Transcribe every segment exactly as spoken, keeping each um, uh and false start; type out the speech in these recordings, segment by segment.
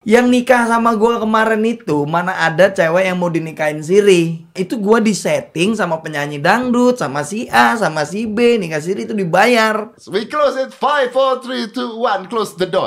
Yang nikah sama gua kemarin itu mana ada cewek yang mau dinikahin siri. Itu gua disetting sama penyanyi dangdut, sama si A, sama si B. Nikah siri itu dibayar. We close it. five, four, three, two, one. Close the door.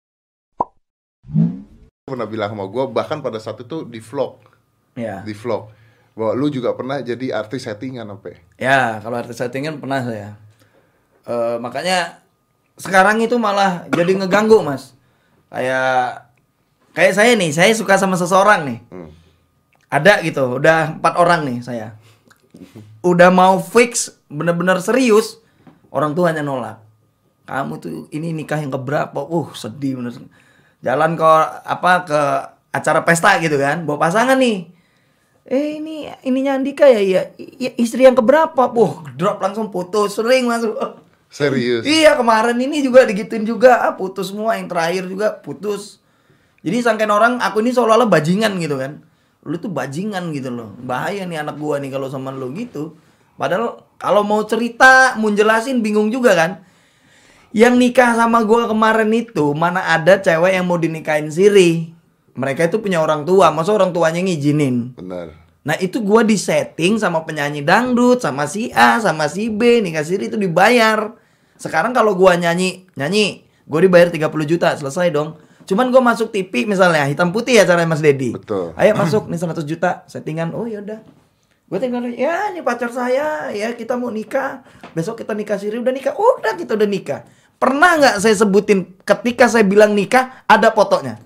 Pernah bilang sama gua, bahkan pada saat itu di vlog. Ya. Di vlog. Bahwa lu juga pernah jadi artis settingan apa? Ya, kalau artis settingan pernah saya. Uh, makanya sekarang itu malah jadi ngeganggu, Mas. Kayak kayak saya nih, saya suka sama seseorang nih. Hmm. Ada gitu, udah empat orang nih saya. Udah mau fix, bener-bener serius, orang tuanya nolak. Kamu tuh ini nikah yang keberapa? Uh, sedih bener. Jalan ke apa ke acara pesta gitu kan, bawa pasangan nih. Eh ini ininya Andika ya, ya, ya istri yang keberapa? Wah, drop langsung putus, sering masuk. Serius? Iya, kemarin ini juga digituin juga, ah, putus semua, yang terakhir juga putus. Jadi sangkain orang aku ini seolah-olah bajingan gitu kan. Lu tuh bajingan gitu loh. Bahaya nih anak gua nih kalau sama lu gitu. Padahal kalau mau cerita, mau jelasin bingung juga kan. Yang nikah sama gua kemarin itu mana ada cewek yang mau dinikahin siri. Mereka itu punya orang tua, masa orang tuanya ngizinin. Benar. Nah itu gua disetting sama penyanyi dangdut, sama si A, sama si B. Nikah siri itu dibayar. Sekarang kalau gua nyanyi, nyanyi, gua dibayar tiga puluh juta, selesai dong. Cuman gue masuk T V misalnya hitam putih ya caranya Mas Dedi. Betul. Ayo masuk nih seratus juta settingan. Oh ya udah. Gue tinggal ya ini pacar saya ya kita mau nikah. Besok kita nikah siri udah nikah. Udah kita udah nikah. Pernah nggak saya sebutin ketika saya bilang nikah ada fotonya?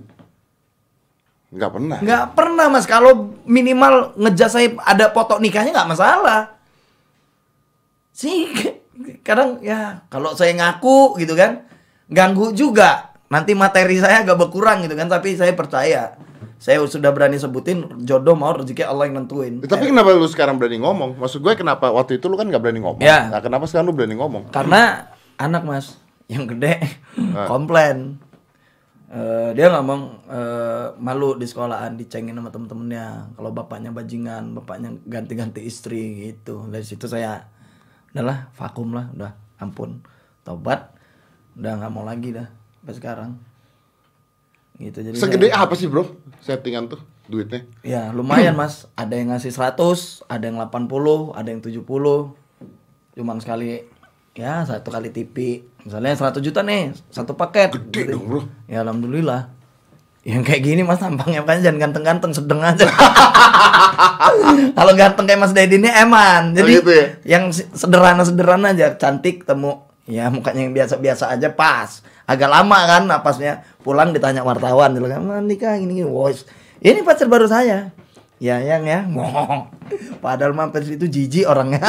Nggak pernah. Nggak pernah Mas. Kalau minimal ngejas saya ada foto nikahnya nggak masalah. Sih kadang ya kalau saya ngaku gitu kan ganggu juga. Nanti materi saya agak berkurang gitu kan, tapi saya percaya. Saya sudah berani sebutin jodoh mau rezeki Allah yang nentuin. Ya, tapi kenapa lu sekarang berani ngomong? Maksud gue kenapa waktu itu lu kan gak berani ngomong? Ya. Nah, kenapa sekarang lu berani ngomong? Karena anak Mas yang gede nah. komplain. Uh, dia ngomong uh, malu di sekolahan dicengin sama temen-temennya. Kalau bapaknya bajingan, bapaknya ganti-ganti istri gitu. Dari situ saya udahlah vakum lah, udah ampun. Tobat, udah nggak mau lagi dah. Sampai sekarang gitu. Jadi segede saya, apa sih bro settingan tuh duitnya? Ya lumayan Mas. Ada yang ngasih seratus, ada yang delapan puluh, ada yang tujuh puluh. Cuman sekali ya satu kali T V. Misalnya seratus juta nih satu paket. Gede gitu. Dong bro. Ya alhamdulillah. Yang kayak gini Mas tampangnya kan jangan ganteng-ganteng, sedeng aja. Kalau ganteng kayak Mas Dedi ini eman. Jadi oh gitu ya? Yang sederhana-sederhana aja, cantik temu. Ya mukanya yang biasa-biasa aja pas. Agak lama kan napasnya. Pulang ditanya wartawan gitu kan, nikah gini gini. Wos. Ini pacar baru saya. Ya yang ya. Padahal mampir itu jijik orangnya.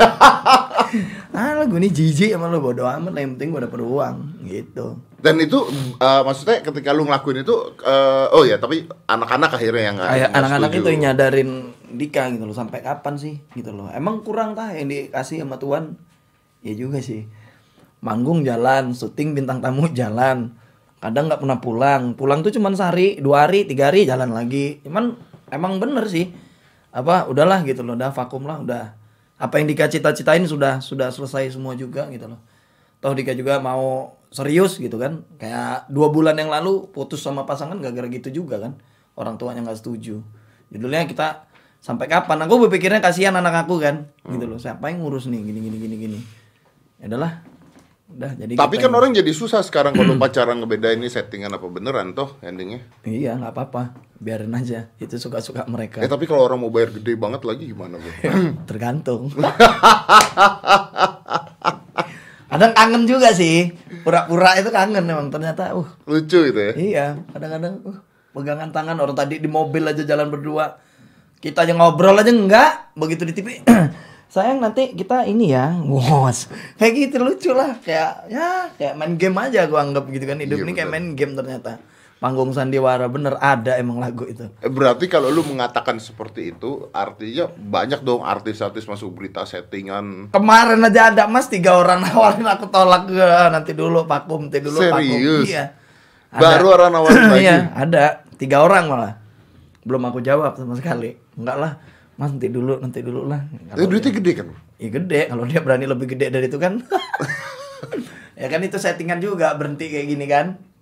Ah gue ini jijik sama lu, bodo amat lah, yang penting gue dapet uang gitu. Dan itu uh, maksudnya ketika lu ngelakuin itu uh, oh ya tapi anak-anak akhirnya yang Ay, anak-anak itu yang nyadarin Dika gitu loh, sampai kapan sih gitu loh. Emang kurang tah yang dikasih sama Tuhan? Ya juga sih. Manggung jalan, syuting bintang tamu jalan. Kadang nggak pernah pulang. Pulang tuh cuma sehari, dua hari, tiga hari jalan lagi. Cuman emang bener sih. Apa udahlah gitu loh, udah vakum lah, udah. Apa yang Dika cita-citain sudah sudah selesai semua juga gitu loh. Toh Dika juga mau serius gitu kan. Kayak dua bulan yang lalu putus sama pasangan gara-gara gitu juga kan. Orang tuanya nggak setuju. Judulnya kita sampai kapan? Aku berpikirnya kasihan anak aku kan. Gitu loh. Siapa yang ngurus nih gini gini gini gini. Ya udahlah. Udah, jadi tapi kan yang... orang jadi susah sekarang kalau pacaran ngebedain ini settingan apa beneran toh endingnya. Iya nggak apa-apa, biarin aja, itu suka-suka mereka. Eh tapi kalau orang mau bayar gede banget lagi gimana bro? Tergantung. Kadang kangen juga sih, pura-pura itu kangen memang ternyata. Uh lucu itu ya. Iya, kadang-kadang uh, pegangan tangan orang tadi di mobil aja jalan berdua, kita aja ngobrol aja enggak, begitu di T V. Sayang nanti kita ini ya, wos, kayak gitu lucu lah, kayak ya kayak main game aja gua anggap gitu kan, hidup iya, ini bener. Kayak main game ternyata. Panggung sandiwara bener ada emang lagu itu. Berarti kalau lu mengatakan seperti itu, artinya banyak dong artis-artis masuk berita settingan. Kemarin aja ada Mas tiga orang nawarin aku tolak gua, nanti dulu vakum, nanti dulu vakum. Serius? Iya. Baru orang nawarin lagi. Iya, ada tiga orang malah. Belum aku jawab sama sekali. Enggak lah. Mas nanti dulu, nanti dulu lah. Eh, duitnya gede kan? Iya gede, kalau dia berani lebih gede dari itu kan. Ya kan itu settingan juga, berhenti kayak gini kan.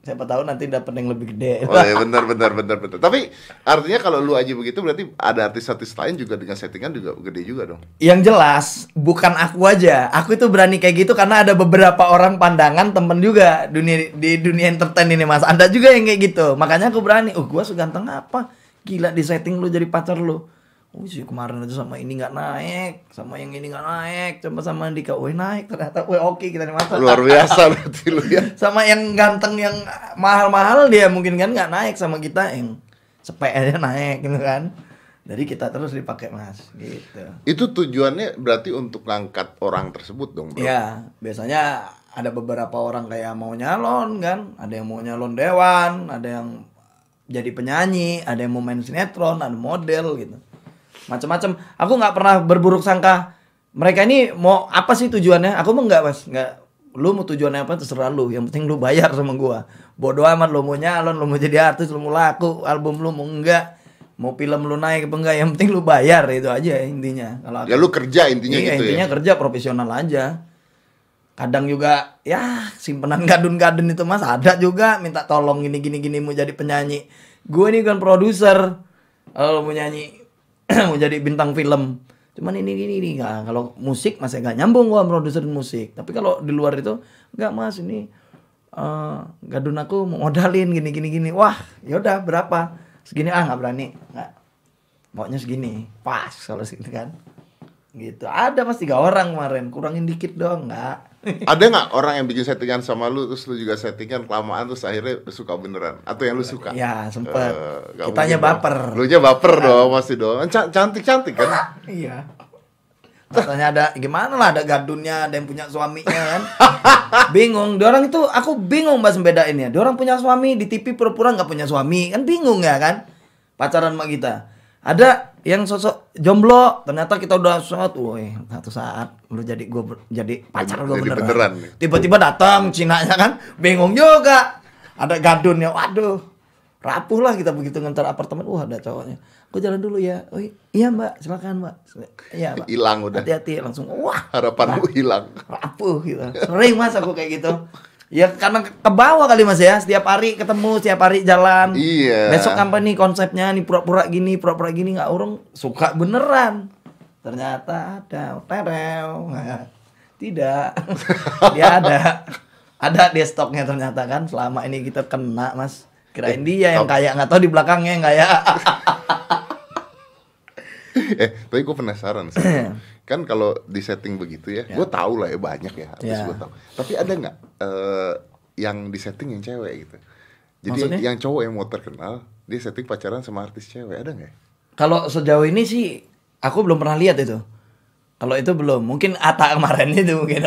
Siapa tahu nanti dapat yang lebih gede. Oh iya benar benar benar benar. Tapi artinya kalau lu aja begitu berarti ada artis-artis lain juga dengan settingan juga gede juga dong. Yang jelas bukan aku aja. Aku itu berani kayak gitu karena ada beberapa orang pandangan temen juga dunia di dunia entertain ini Mas. Ada juga yang kayak gitu. Makanya aku berani. Oh, gua seganteng apa? Gila di setting lu jadi pacar lu. Oh sih kemarin aja sama ini nggak naik, sama yang ini nggak naik, coba sama Andika, woi naik ternyata, woi oke kita nih masa. Luar biasa berarti lu ya. Sama yang ganteng yang mahal-mahal dia mungkin kan nggak naik, sama kita yang sepele aja naik gitu kan. Jadi kita terus dipakai Mas, gitu. Itu tujuannya berarti untuk ngangkat orang tersebut dong, bro. Iya, biasanya ada beberapa orang kayak mau nyalon kan, ada yang mau nyalon dewan, ada yang jadi penyanyi, ada yang mau main sinetron, ada model gitu. Macam-macam. Aku nggak pernah berburuk sangka mereka ini mau apa sih tujuannya. Aku mah nggak Mas, nggak. Lu mau tujuannya apa terserah lu, yang penting lu bayar sama gua. Bodoh amat lu mau nyalon, lu mau jadi artis, lu mau laku album lu mau enggak, mau film lu naik apa enggak, yang penting lu bayar, itu aja intinya. Kalau ya lu kerja intinya iya, gitu intinya ya. kerja profesional aja. Kadang juga ya simpenan gadun-gadun itu Mas ada juga minta tolong gini gini gini mau jadi penyanyi. Gue ini kan produser. Kalau mau nyanyi mau jadi bintang film. Cuman ini gini nih. Nah, kalau musik masih gak nyambung gua produser musik. Tapi kalau di luar itu enggak Mas ini uh, gadun aku mau modalin gini gini gini. Wah, yaudah berapa? Segini ah nggak berani. Nggak. Maunya segini. Pas kalau segini kan. Gitu. Ada Mas tiga orang kemarin, kurangin dikit dong, enggak. Ada nggak orang yang bikin settingan sama lu terus lu juga settingan kelamaan terus akhirnya suka beneran atau yang lu suka? Ya sempet. Uh, Kitanya baper. Lu nya baper dong pasti dong. Cantik cantik kan? Iya. Katanya ada gimana lah, ada gadunnya, ada yang punya suaminya kan. Bingung. Diorang itu aku bingung Mas bedainnya. Diorang punya suami di T V pura-pura nggak punya suami kan, bingung ya kan? Pacaran sama kita. Ada yang sosok jomblo, ternyata kita udah suatu, woi, satu saat lu jadi gua ber, jadi pacar gua beneran. beneran. Tiba-tiba datang Cinanya kan, bingung juga. Ada gadunnya, waduh, rapuh lah kita begitu ngantar apartemen. Wah ada cowoknya. Gua jalan dulu ya. Oh iya Mbak, silakan Mbak. Iya Mbak. Hilang udah. Hati-hati langsung. Wah harapan lu hilang. Rapuh gitu. Sering Mas aku kayak gitu. Ya karena kebawa kali Mas ya, setiap hari ketemu, setiap hari jalan. Iya. Besok apa nih konsepnya nih, pura-pura gini, pura-pura gini, nggak orang suka beneran. Ternyata ada tereu. Tidak. Dia ada. Ada di stoknya ternyata kan. Selama ini kita kena Mas. Kirain dia yang kaya, nggak tahu di belakangnya yang kaya. eh, tapi gue penasaran sih. Kan kalau di setting begitu ya, ya. gue tahu lah ya banyak ya, artis ya. gue tahu. Tapi ada nggak uh, yang di setting yang cewek gitu? Jadi Maksudnya? yang cowok yang mau terkenal, dia setting pacaran sama artis cewek, ada nggak? Kalau sejauh ini sih, aku belum pernah lihat itu. Kalau itu belum, mungkin Atta kemarin itu mungkin.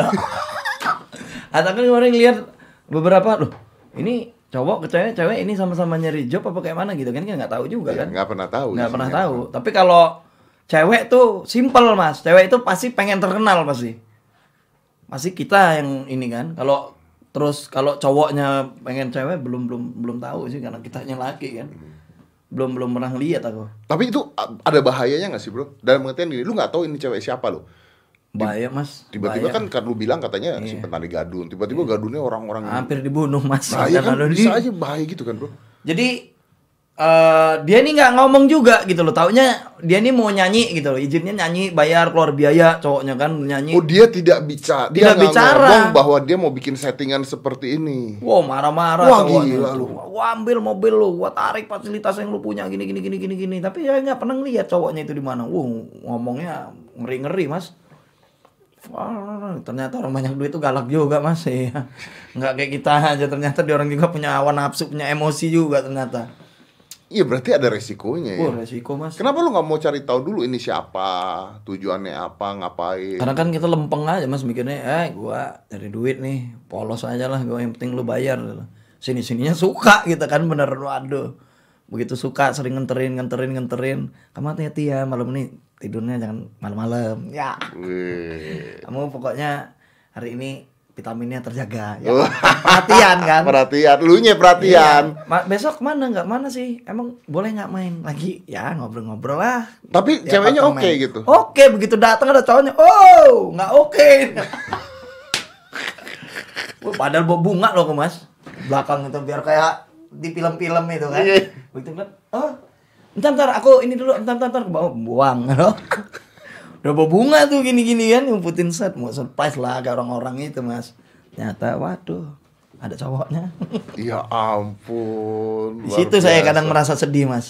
Atta kan kemarin lihat beberapa, loh ini cowok ke cewek, cewek ini sama-sama nyari job apa kayak mana gitu kan, kan nggak tahu juga ya, kan? Nggak pernah tahu. Nggak pernah tahu. Tapi kalau cewek tuh simple Mas, cewek itu pasti pengen terkenal pasti. Pasti kita yang ini kan. Kalau terus kalau cowoknya pengen cewek belum belum belum tahu sih karena kitanya laki kan. Belum belum pernah lihat aku. Tapi itu ada bahayanya nggak sih bro? Dalam pengertian gini, lu nggak tahu ini cewek siapa lo? Bahaya Mas. Tiba-tiba bahaya. kan kan lu bilang katanya iya. si petani gadun. Tiba-tiba gadunnya orang-orang hampir dibunuh Mas. Nah, iya kan bisa aja bahaya gitu kan bro. Jadi Uh, dia ini nggak ngomong juga gitu loh, taunya dia ini mau nyanyi gitu loh, izinnya nyanyi bayar keluar biaya cowoknya kan nyanyi. Oh dia tidak bicara, dia tidak bicara ngomong bahwa dia mau bikin settingan seperti ini. Wow marah-marah. Wah gila lu. Wah ambil mobil lu, gua tarik fasilitas yang lu punya gini gini gini gini gini. Tapi ya nggak pernah ngeliat cowoknya itu di mana. Wow ngomongnya ngeri ngeri Mas. Wah, ternyata orang banyak duit itu galak juga Mas ya. Nggak kayak kita aja, ternyata dia orang juga punya hawa nafsu, punya emosi juga ternyata. Iya berarti ada resikonya ya. Oh resiko Mas. Kenapa lu nggak mau cari tahu dulu ini siapa, tujuannya apa, ngapain? Karena kan kita lempeng aja Mas mikirnya, eh gua cari duit nih, polos aja lah, gua yang penting lu bayar. Sini sininya suka gitu kan, bener, waduh. Begitu suka sering ngenterin ngenterin ngenterin. Kamu hati-hati ya malam ini tidurnya jangan malam-malam. Ya. Wih. Kamu pokoknya hari ini vitaminnya terjaga ya. Oh. Perhatian kan, perhatian, lu nya perhatian. Iya. Besok mana nggak mana sih, emang boleh nggak main lagi ya, ngobrol-ngobrol lah. Tapi ya, ceweknya oke okay gitu. Oke okay, begitu datang ada cowoknya, oh nggak oke okay. Padahal bawa bunga loh Mas. belakang itu biar kayak di film-film itu kan. Begitu kan, oh, entar entar aku ini dulu, entar entar, entar bawa buang, udah bawa bunga tuh gini-gini kan, ngumputin set, mau surprise lah ke orang-orang itu mas. Ternyata, waduh, ada cowoknya. Ya ampun. Di situ saya kadang merasa sedih mas.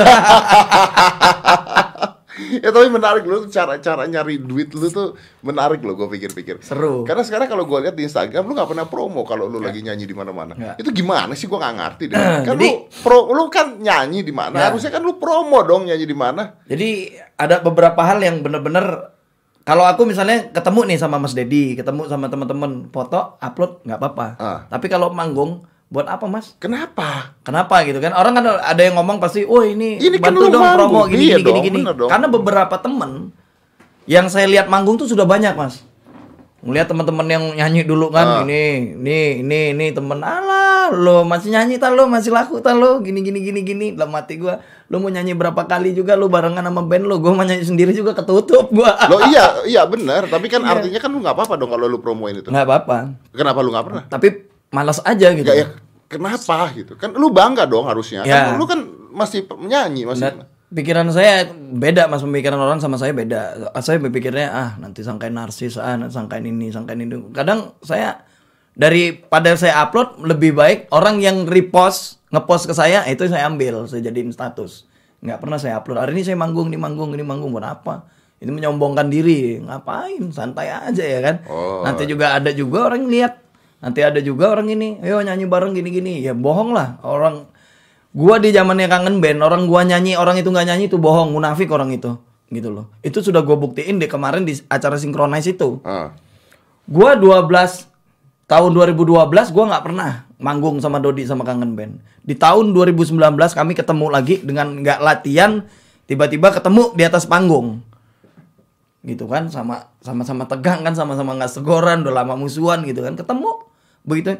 Ya tapi menarik lu cara-cara nyari duit lu tuh menarik lo, gue pikir-pikir. Seru. Karena sekarang kalau gue lihat di Instagram lu nggak pernah promo kalau lu ya. lagi nyanyi di mana-mana. Ya. Itu gimana sih, gue nggak ngerti deh. Kan Jadi, lu pro, lu kan nyanyi di mana? Ya. Harusnya kan lu promo dong nyanyi di mana. Jadi ada beberapa hal yang bener-bener kalau aku misalnya ketemu nih sama Mas Dedi, ketemu sama teman-teman, foto, upload nggak apa-apa. Ah. Tapi kalau manggung buat apa mas? Kenapa? Kenapa gitu kan? Orang kan ada yang ngomong pasti, oh ini, ini kan bantu dong promo gini iya gini dong, gini gini. Karena beberapa temen yang saya lihat manggung tuh sudah banyak mas. Ngeliat teman-teman yang nyanyi dulu kan, ah. ini, ini, ini, ini temen, alah, lo masih nyanyi tak lo, masih laku tak lo, gini gini gini gini. Dalam hati gue, lo mau nyanyi berapa kali juga lo barengan sama band lo, gue mau nyanyi sendiri juga ketutup gue. Lo iya, iya benar. Tapi kan iya. artinya kan lu nggak apa-apa dong kalau lu promoin itu. Nggak apa-apa. Kenapa lu nggak pernah? Tapi malas aja gitu. Ya, ya, kenapa gitu? Kan lu bangga dong harusnya. Ya. Kan lu kan masih menyanyi, masih. Nah, pikiran saya beda mas, pemikiran orang sama saya beda. Saya berpikirnya ah nanti sangkain narsis, ah nanti sangkain ini, sangkain itu. Kadang saya daripada saya upload lebih baik orang yang repost, ngepost ke saya itu saya ambil, saya jadiin status. Nggak pernah saya upload. Hari ini saya manggung, ini manggung, ini manggung buat apa? Ini menyombongkan diri. Ngapain? Santai aja ya kan. Oh. Nanti juga ada juga orang lihat. Nanti ada juga orang ini, ayo nyanyi bareng gini-gini. Ya bohong lah orang. Gua di zamannya kangen band, orang gua nyanyi, orang itu nggak nyanyi itu bohong, munafik orang itu, gitu loh. Itu sudah gua buktiin deh kemarin di acara Synchronize itu. Uh. Gua dua belas tahun dua ribu dua belas gua nggak pernah manggung sama Dodi sama kangen band. Di tahun dua ribu sembilan belas kami ketemu lagi dengan nggak latihan, tiba-tiba ketemu di atas panggung. Gitu kan, sama sama-sama tegang kan, sama-sama nggak segoran, udah lama musuhan gitu kan, ketemu. Begitu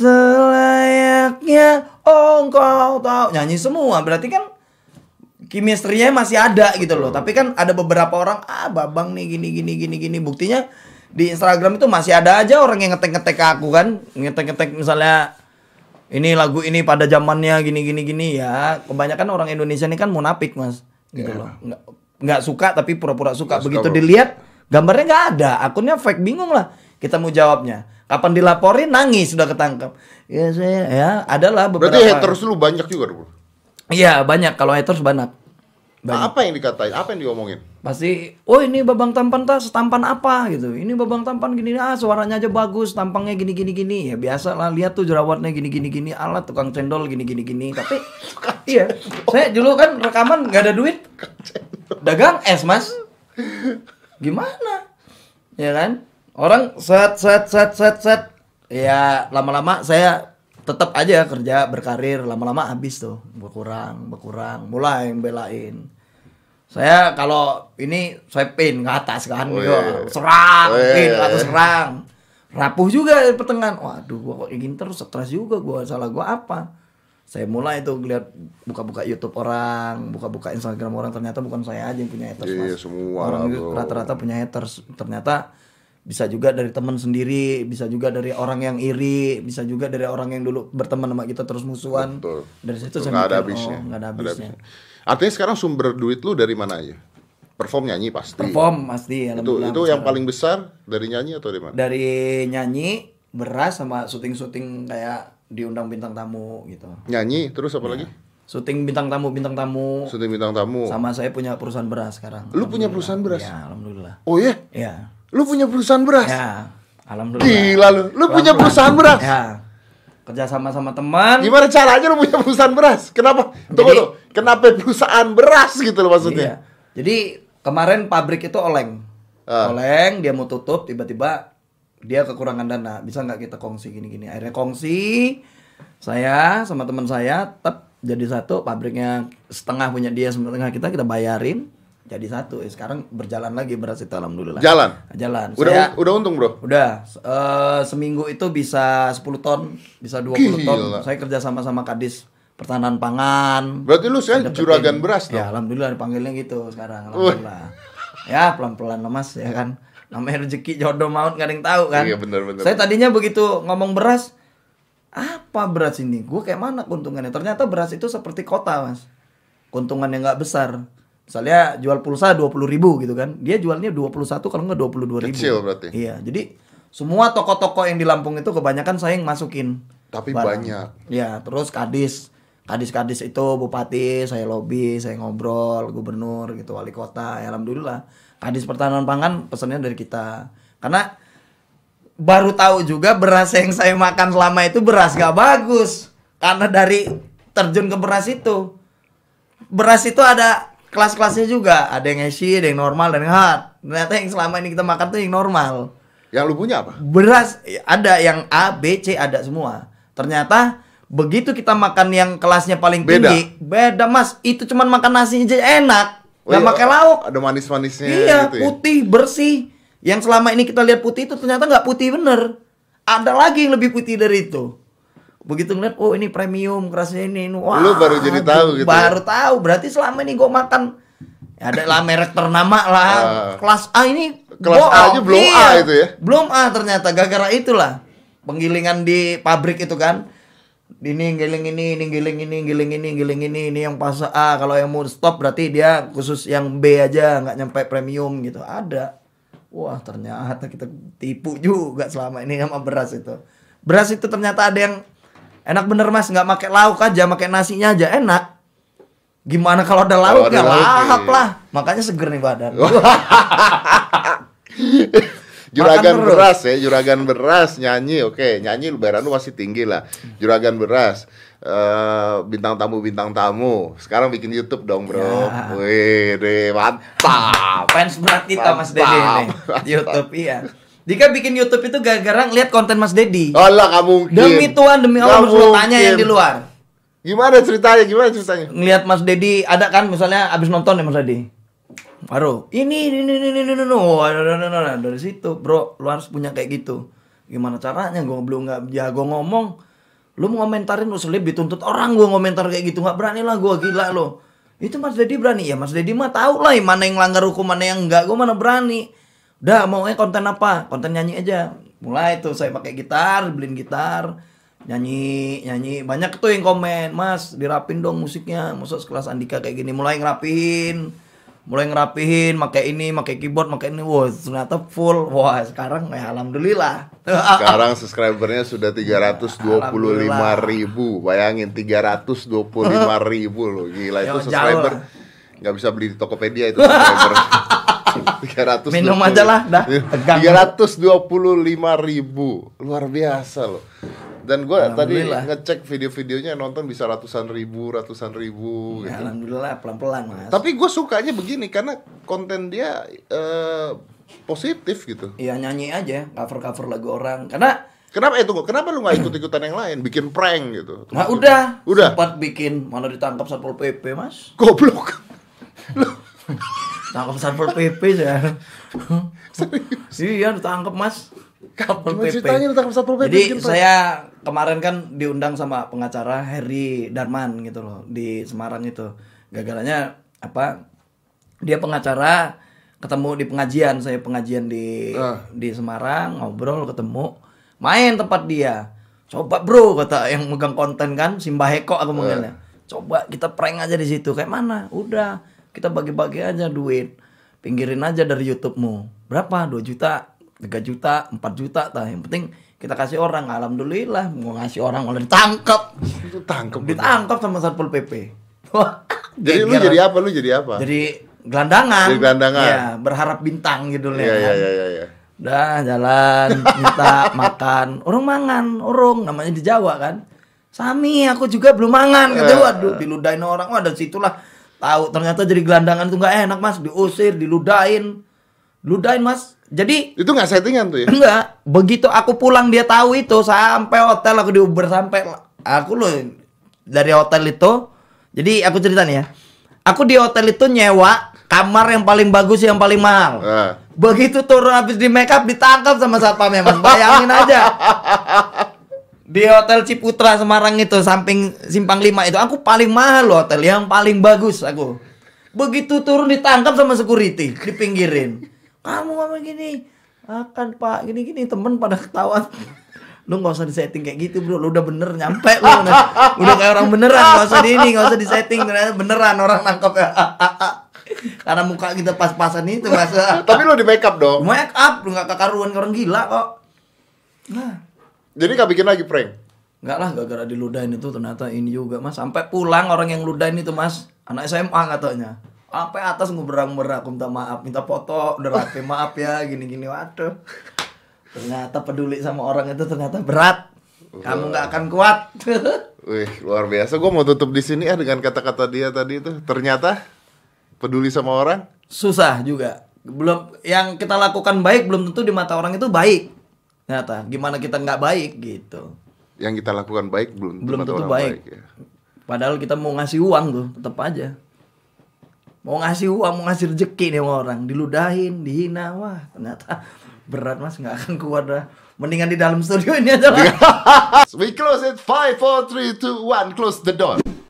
selayaknya oh kau tahu nyanyi semua, berarti kan chemistry-nya masih ada gitu loh. Tapi kan ada beberapa orang ah babang nih gini gini gini gini, buktinya di Instagram itu masih ada aja orang yang ngetek-ngetek ke aku kan, ngetek-ngetek misalnya ini lagu ini pada zamannya gini gini gini. Ya kebanyakan orang Indonesia ini kan munafik mas gitu yeah. loh, nggak nggak suka tapi pura-pura suka. Gak begitu suka, dilihat gambarnya nggak ada, akunnya fake, bingung lah kita mau jawabnya. Kapan dilaporin nangis sudah ketangkap. Ya saya ya adalah beberapa. Berarti haters lu banyak juga bro. Iya banyak, kalau haters banyak. banyak. Nah, apa yang dikatain? Apa yang diomongin? Pasti, oh ini Babang Tampan tas tampan apa gitu. Ini Babang Tampan gini, ah suaranya aja bagus, tampangnya gini gini gini. Ya biasa lah, lihat tuh jerawatnya gini gini gini. Alat tukang cendol gini gini gini. Tapi iya, saya dulu kan rekaman nggak ada duit, dagang es mas. Gimana? Ya kan? Orang set set set set set ya lama-lama saya tetap aja kerja berkarir, lama-lama habis tuh berkurang berkurang mulai belain saya kalau ini saya pin ke atas kan oh, iya. serang oh, iya. pin ke atas serang rapuh juga di pertengahan. Waduh gua kok ingin terus stres juga gua, salah gua apa. Saya mulai tuh lihat buka-buka YouTube orang, buka-buka Instagram orang, ternyata bukan saya aja yang punya haters mas. Iya, semua orang rata-rata punya haters, ternyata bisa juga dari teman sendiri, bisa juga dari orang yang iri, bisa juga dari orang yang dulu berteman sama kita terus musuhan. Betul. Dari situ Betul. saya nggak mikir, ada habisnya. oh, nggak ada habisnya. Artinya sekarang sumber duit lu dari mana aja? Perform nyanyi pasti. Perform pasti. Itu itu yang paling besar dari nyanyi atau dari mana? Dari nyanyi, beras sama syuting-syuting kayak diundang bintang tamu gitu. Nyanyi terus apa ya. lagi? Syuting bintang tamu, bintang tamu. Syuting bintang tamu. Sama saya punya perusahaan beras sekarang. Lu punya perusahaan beras? Ya, alhamdulillah. Oh iya? Iya. Lu punya perusahaan beras? Ya, alhamdulillah. Gila lu, lu punya perusahaan beras? Ya, kerja sama sama teman. Gimana caranya lu punya perusahaan beras? Kenapa? Tunggu tuh, kenapa perusahaan beras gitu loh maksudnya? Iya. Jadi kemarin pabrik itu oleng, ah. oleng, dia mau tutup, tiba-tiba dia kekurangan dana, bisa nggak kita kongsi gini-gini? Akhirnya kongsi, saya sama teman saya tetap jadi satu, pabriknya setengah punya dia, setengah kita, kita bayarin. Jadi satu, eh, sekarang berjalan lagi beras itu alhamdulillah. Jalan? Jalan. Udah Saya, udah untung bro? Udah, uh, seminggu itu bisa sepuluh ton, bisa dua puluh ton. Saya kerja sama-sama Kadis Pertahanan Pangan. Berarti lu sekarang juragan beras dong? Ya alhamdulillah dipanggilnya gitu sekarang, alhamdulillah. Uh. Ya pelan-pelan mas ya kan. Namanya rezeki jodoh maut gak ada yang tahu kan. Iya benar-benar. Saya tadinya begitu ngomong beras, apa beras ini? Gue kayak mana keuntungannya? Ternyata beras itu seperti kota, Mas. Keuntungannya nggak besar. Misalnya jual pulsa dua puluh ribu gitu kan. Dia jualnya dua puluh satu kalau nggak dua puluh dua ribu. Kecil berarti. Iya, jadi semua toko-toko yang di Lampung itu kebanyakan saya yang masukin. Tapi barang. banyak. Ya, terus kadis. Kadis-kadis itu bupati, saya lobby, saya ngobrol, gubernur gitu, wali kota. Ya, alhamdulillah. Kadis Pertanahan Pangan pesannya dari kita. Karena baru tahu juga beras yang saya makan selama itu beras gak bagus. Karena dari terjun ke beras itu. Beras itu ada kelas-kelasnya juga. Ada yang healthy, ada yang normal, dan yang hard. Ternyata yang selama ini kita makan tuh yang normal. Yang lu punya apa? Beras ada yang A, B, C, ada semua. Ternyata begitu kita makan yang kelasnya paling tinggi, beda, beda Mas. Itu cuman makan nasinya aja enak. Oh, gak iya, pakai lauk. Ada manis-manisnya iya, gitu ya? putih, bersih. Yang selama ini kita lihat putih itu ternyata nggak putih bener. Ada lagi yang lebih putih dari itu. Begitu ngeliat, oh ini premium, kerasnya ini. Wah, lu baru jadi tahu gitu. Baru ya? tahu. Berarti selama ini gue makan ya ada lah merek ternama lah. Uh, kelas A ini. Kelas A aja belum iya, A itu ya? Belum A ternyata. Gara-gara itulah penggilingan di pabrik itu kan. Ini giling ini, ini giling ini, giling ini, giling ini, ini yang fase A. Kalau yang mau stop berarti dia khusus yang B aja, nggak nyampe premium gitu. Ada. Wah, ternyata kita tipu juga selama ini sama beras itu. Beras itu ternyata ada yang enak bener Mas, nggak pakai lauk aja, pakai nasinya aja enak. Gimana kalau ada lauknya? Lahap lah. Makanya seger nih badan. Juragan beras ya, juragan beras nyanyi, oke, nyanyi bayaran lu masih tinggi lah. Juragan beras, uh, bintang tamu bintang tamu. Sekarang bikin YouTube dong bro. Ya. Wih, deh, mantap. Fans berat kita Mas Dedi nih. YouTube iya. Dika bikin YouTube itu gara-gara ngeliat konten Mas Dedi. Oh lah, gak mungkin. Demi Tuhan, demi Allah, harus lo tanya yang di luar. Gimana ceritanya? Gimana ceritanya? Ngeliat Mas Dedi, ada kan misalnya abis nonton ya Mas Dedi. Baru ini ini ini ini ini no, dari situ bro, lu harus punya kayak gitu. Gimana caranya? Gue belum nggak jago ngomong. Lu mau ngomentarin lu selip dituntut orang gue ngomentar kayak gitu, nggak berani lah gue, gila lo. Itu Mas Dedi berani ya, Mas Dedi mah tahu lah mana yang langgar hukum mana yang enggak, gue mana berani. Udah maunya konten apa? Konten nyanyi aja. Mulai tuh saya pakai gitar, beliin gitar, nyanyi nyanyi banyak tuh yang komen, Mas dirapin dong musiknya, masuk sekelas Andika kayak gini, mulai ngerapihin. Mulai ngerapihin, pakai ini, pakai keyboard, pakai ini, wah ternyata full, wah sekarang ya alhamdulillah. Sekarang subscribernya sudah tiga ratus dua puluh lima ribu, bayangin tiga ratus dua puluh lima ribu loh, gila itu subscriber nggak bisa beli di Tokopedia itu subscriber. tiga ratus minum aja lah, dah. tiga ratus dua puluh lima ribu, luar biasa loh. Dan gue tadi ngecek video-videonya nonton bisa ratusan ribu, ratusan ribu ya, gitu. Alhamdulillah pelan-pelan Mas. Tapi gue sukanya begini karena konten dia uh, positif gitu. Iya nyanyi aja, cover-cover lagu orang. Karena kenapa itu? Eh, kenapa lu nggak ikut-ikutan yang lain, bikin prank gitu? Nah udah, udah. Sempat bikin, mana ditangkap Satpol P P Mas. Goblok. Tangkap Satpol P P saya. Iya ditangkap Mas. Satpol P P. Jadi saya kemarin kan diundang sama pengacara Heri Darman gitu loh di Semarang itu. Gagalnya apa? Dia pengacara, ketemu di pengajian, saya pengajian di uh. di Semarang, ngobrol ketemu, main tempat dia. Coba bro kata yang megang konten kan, Simba Heko aku manggilnya. Uh. Coba kita prank aja di situ. Kayak mana? Udah, kita bagi-bagi aja duit. Pinggirin aja dari YouTube-mu. Berapa? dua juta. tiga juta, empat juta tah. Yang penting kita kasih orang. Alhamdulillah mau ngasih orang malah ditangkap. Itu tangkap. Ditangkap sama Satpol P P. Jadi lu jadi apa? Lu jadi apa? Jadi gelandangan. Jadi gelandangan. Ya, berharap bintang gitu lah. Iya iya iya iya. Udah jalan, minta makan. Orang mangan, orang namanya di Jawa kan. Sami, aku juga belum mangan. Kata waduh, diludahin orang. Wah, dari situlah tahu ternyata jadi gelandangan itu enggak enak, Mas. Diusir, diludahin. Ludahin Mas. Jadi itu nggak settingan tuh ya? Enggak. Begitu aku pulang dia tahu itu, sampai hotel aku di Uber sampai aku loh dari hotel itu. Jadi aku cerita nih ya. Aku di hotel itu nyewa kamar yang paling bagus yang paling mahal. Uh. Begitu turun habis di make up ditangkap sama satpamnya Mas. Bayangin aja. Di Hotel Ciputra Semarang itu samping Simpang lima itu aku paling mahal loh, hotel yang paling bagus aku. Begitu turun ditangkap sama security, dipinggirin. Kamu ngomong gini, akan Pak, gini-gini temen pada ketawa. Lu nggak usah disetting kayak gitu bro, lu udah bener nyampe lu udah, udah kayak orang beneran, nggak usah di ini, nggak usah disetting, ternyata beneran orang nangkep ya. Karena muka kita pas-pasan itu masa. Tapi lu di make up dong. Make up, lu nggak kekaruan, orang gila kok. Nah. Jadi nggak bikin lagi prank? Nggak lah, gara-gara diludahin itu ternyata ini juga mas. Sampai pulang orang yang ludahin itu mas, anak S M A katanya. Sampai atas nguberang-nguberang, minta maaf, minta foto, udah rapi maaf ya, gini-gini, waduh. Ternyata peduli sama orang itu ternyata berat. Kamu nggak akan kuat. Wih, luar biasa. Gue mau tutup di sini ya dengan kata-kata dia tadi itu. Ternyata peduli sama orang susah juga. Belum yang kita lakukan baik belum tentu di mata orang itu baik. Ternyata gimana kita nggak baik gitu. Yang kita lakukan baik belum, belum tentu baik. baik ya. Padahal kita mau ngasih uang tuh, tetap aja. Mau ngasih uang, mau ngasih rezeki nih sama orang, diludahin, dihina, wah ternyata berat mas, nggak akan kuat dah. Mendingan di dalam studio ini aja lah. We close it, five, four, three, two, one, close the door.